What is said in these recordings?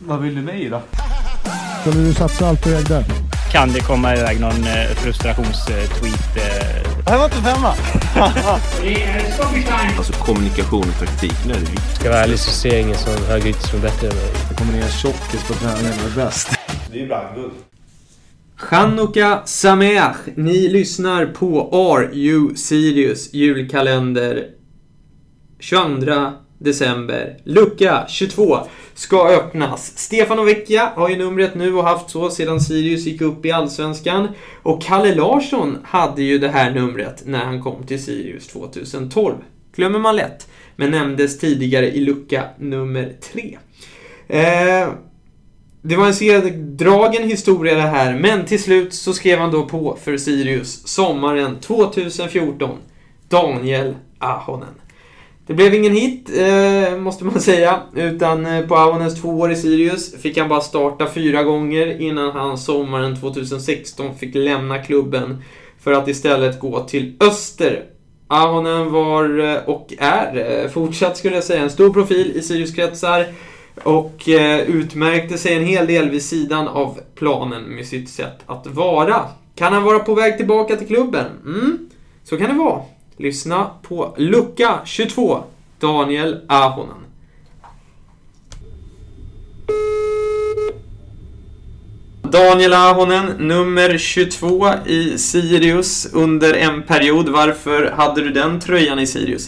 Vad vill du med i då? Skulle du satsa allt på ägg där? Kan det komma iväg någon frustrationstweet? Det här var inte femma. Alltså kommunikation och taktik, nu är det viktigt. Ska vara ärlig så ser jag ingen som högerytter som är bättre än mig. Det kommer ner tjockis på träningen är bäst. Det är ju brandguld. Chanukka Sameach. Ni lyssnar på Are You Serious julkalender 22 december. Lucka 22 ska öppnas. Stefan och Vecchia har ju numret nu och haft så sedan Sirius gick upp i Allsvenskan. Och Kalle Larsson hade ju det här numret när han kom till Sirius 2012. Glömmer man lätt, men nämndes tidigare i lucka nummer 3. Det var en segdragen historia det här, men till slut så skrev han då på för Sirius sommaren 2014. Daniel Ahonen. Det blev ingen hit, måste man säga, utan på Ahonens 2 år i Sirius fick han bara starta 4 gånger innan han sommaren 2016 fick lämna klubben för att istället gå till Öster. Ahonen var och är fortsatt, skulle jag säga, en stor profil i Siriuskretsar och utmärkte sig en hel del vid sidan av planen med sitt sätt att vara. Kan han vara på väg tillbaka till klubben? Så kan det vara. Lyssna på lucka 22, Daniel Ahonen. Daniel Ahonen, nummer 22 i Sirius under en period. Varför hade du den tröjan i Sirius?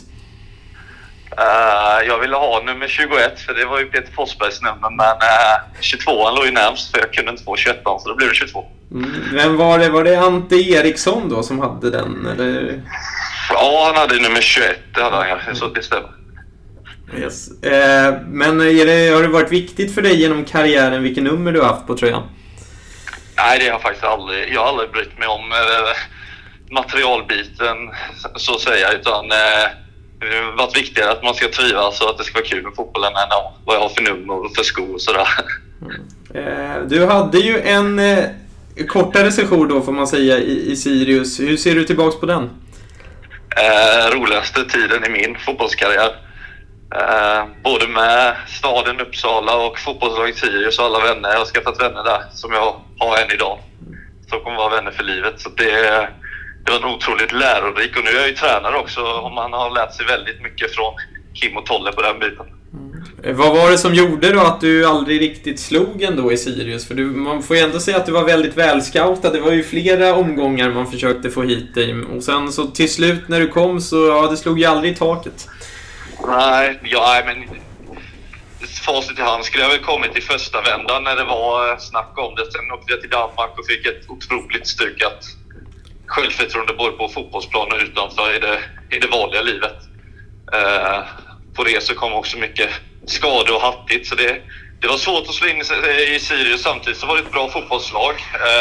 Jag ville ha nummer 21 för det var ju Peter Forsbergs nummer, men 22an låg ju närmst för jag kunde inte få 21, så då blev det 22. Vem var det? Var det Ante Eriksson då som hade den? Eller? Ja, han hade nummer 21, det hade han, så det stämmer. Yes. Men har det varit viktigt för dig genom karriären vilken nummer du har haft på tröjan? Nej, det har jag faktiskt aldrig. Jag har aldrig brytt mig om materialbiten, så att säga, utan det har varit viktigare att man ska trivas och att det ska vara kul med fotbollen än vad jag har för nummer och för skor och sådär. Du hade ju en kortare session då, får man säga, i Sirius. Hur ser du tillbaks på den? Roligaste tiden i min fotbollskarriär. Både med staden Uppsala och fotbollslaget Sirius och alla vänner. Jag har skaffat vänner där som jag har än idag. Som kommer vara vänner för livet. Så det var en otroligt lärorik. Och nu är jag ju tränare också. Och man har lärt sig väldigt mycket från Kim och Tolle på den biten. Vad var det som gjorde då att du aldrig riktigt slog ändå i Sirius? För man får ju ändå säga att du var väldigt välscoutad. Det var ju flera omgångar man försökte få hit dig. Och sen så till slut när du kom så det slog ju aldrig i taket. Nej, men facit i hand skulle jag väl kommit i första vändan när det var snack om det. Sen åkte jag till Danmark och fick ett otroligt stökat självförtroende både på fotbollsplan och utanför i det vanliga livet. På det så kom också mycket skador och hattigt, så det var svårt att slå in i Sirius. Samtidigt så var det ett bra fotbollslag.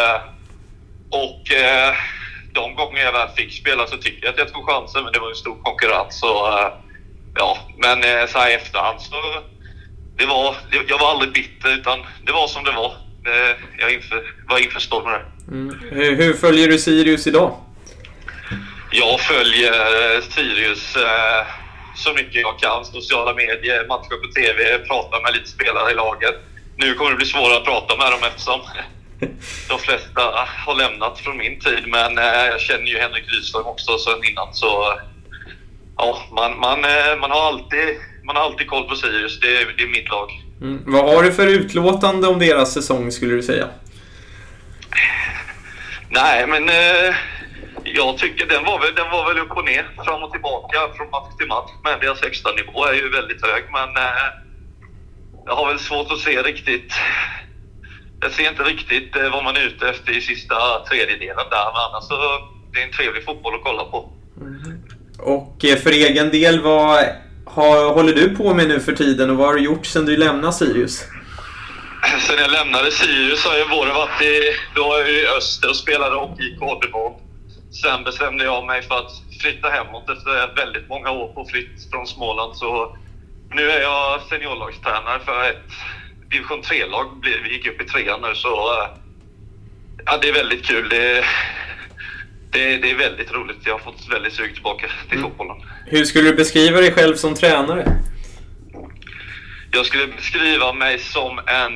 De gånger jag väl fick spela så tycker jag att jag tog chansen, men det var en stor konkurrens. Men så här i efterhand så jag var aldrig bitter, utan det var som det var. Jag var införstådd med det. Hur följer du Sirius idag? Jag följer Sirius så mycket jag kan. Sociala medier, matcher på tv, pratar med lite spelare i laget. Nu kommer det bli svårare att prata med dem eftersom de flesta har lämnat från min tid. Men jag känner ju Henrik Rydström också sen innan, så ja, man har alltid koll på Sirius. Det är mitt lag. Vad har du för utlåtande om deras säsong, skulle du säga? Nej, men jag tycker den var väl upp och ner, fram och tillbaka från match till match. Men deras högsta nivå är ju väldigt hög, men jag har väl svårt att se riktigt. Jag ser inte riktigt vad man är ute efter i sista tredjedelen där, men annars så det är en trevlig fotboll att kolla på. Och för egen del, vad håller du på med nu för tiden och vad har du gjort sedan du lämnade Sirius? Sen jag lämnade Sirius har jag både varit i Öster och spelade hockey i Kodemon. Sen bestämde jag mig för att flytta hemåt efter väldigt många år på flytt från Småland. Så nu är jag seniorlagstränare för ett division 3-lag. Vi gick upp i 3 nu, så ja, det är väldigt kul. Det är väldigt roligt. Jag har fått väldigt sug tillbaka till fotbollen. Hur skulle du beskriva dig själv som tränare? Jag skulle beskriva mig som en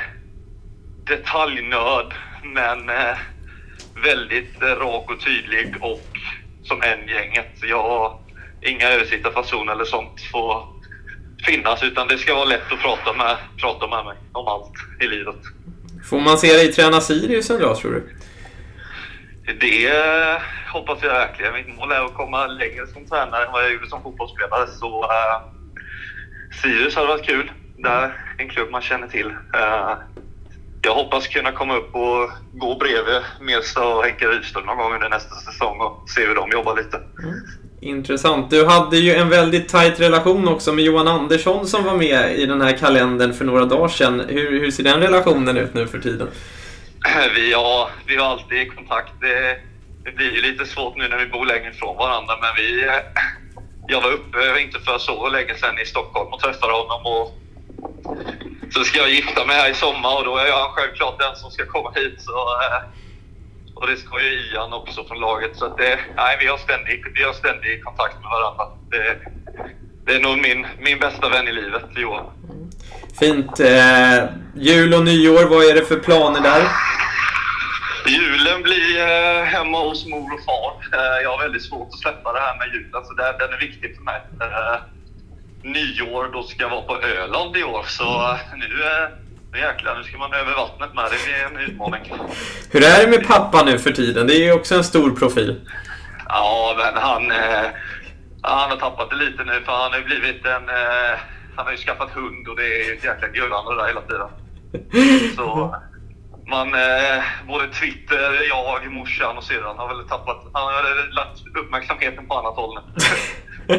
detaljnörd, men väldigt rak och tydlig och som en gänget. Jag har inga översittarfasoner eller sånt får finnas, utan det ska vara lätt att prata med mig om allt i livet. Får man se dig träna Sirius en dag, tror du? Det hoppas jag verkligen. Mitt mål är att komma längre som tränare än vad jag gjorde som fotbollsspelare. Så Sirius har varit kul. Det är en klubb man känner till. Jag hoppas kunna komma upp och gå bredvid Mersta och Henke Rydström någon gång under nästa säsong och se hur de jobbar lite. Intressant. Du hade ju en väldigt tajt relation också med Johan Andersson som var med i den här kalendern för några dagar sedan. Hur ser den relationen ut nu för tiden? Vi har alltid i kontakt. Det blir ju lite svårt nu när vi bor längre ifrån varandra, men jag var uppe inte för så länge sedan i Stockholm och träffade honom, och så ska jag gifta mig här i sommar och då är jag självklart den som ska komma hit, och det ska ju Ian också från laget, så att vi har ständig kontakt med varandra. Det är nog min bästa vän i livet, Johan. Fint. Jul och nyår, vad är det för planer där? Julen blir hemma hos mor och far. Jag har väldigt svårt att släppa det här med julen, så den är viktig för mig. Nyår, då ska jag vara på Öland i år, så nu ska man över vattnet med. Det blir en utmaning. Hur är det med pappa nu för tiden? Det är ju också en stor profil. Ja, men han har tappat det lite nu, för han har ju blivit han har ju skaffat hund, och det är ett jäkla gullande där hela tiden. Så både Twitter, jag, morsan och sedan har väl han har lagt uppmärksamheten på annat håll nu.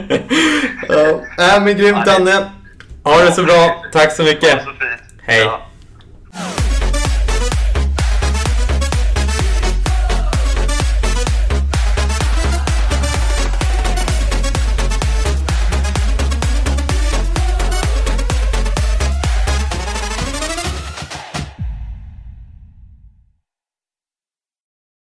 Men grymt, Danne. Ha det så bra. Tack så mycket. Så fint. Hej. Ja.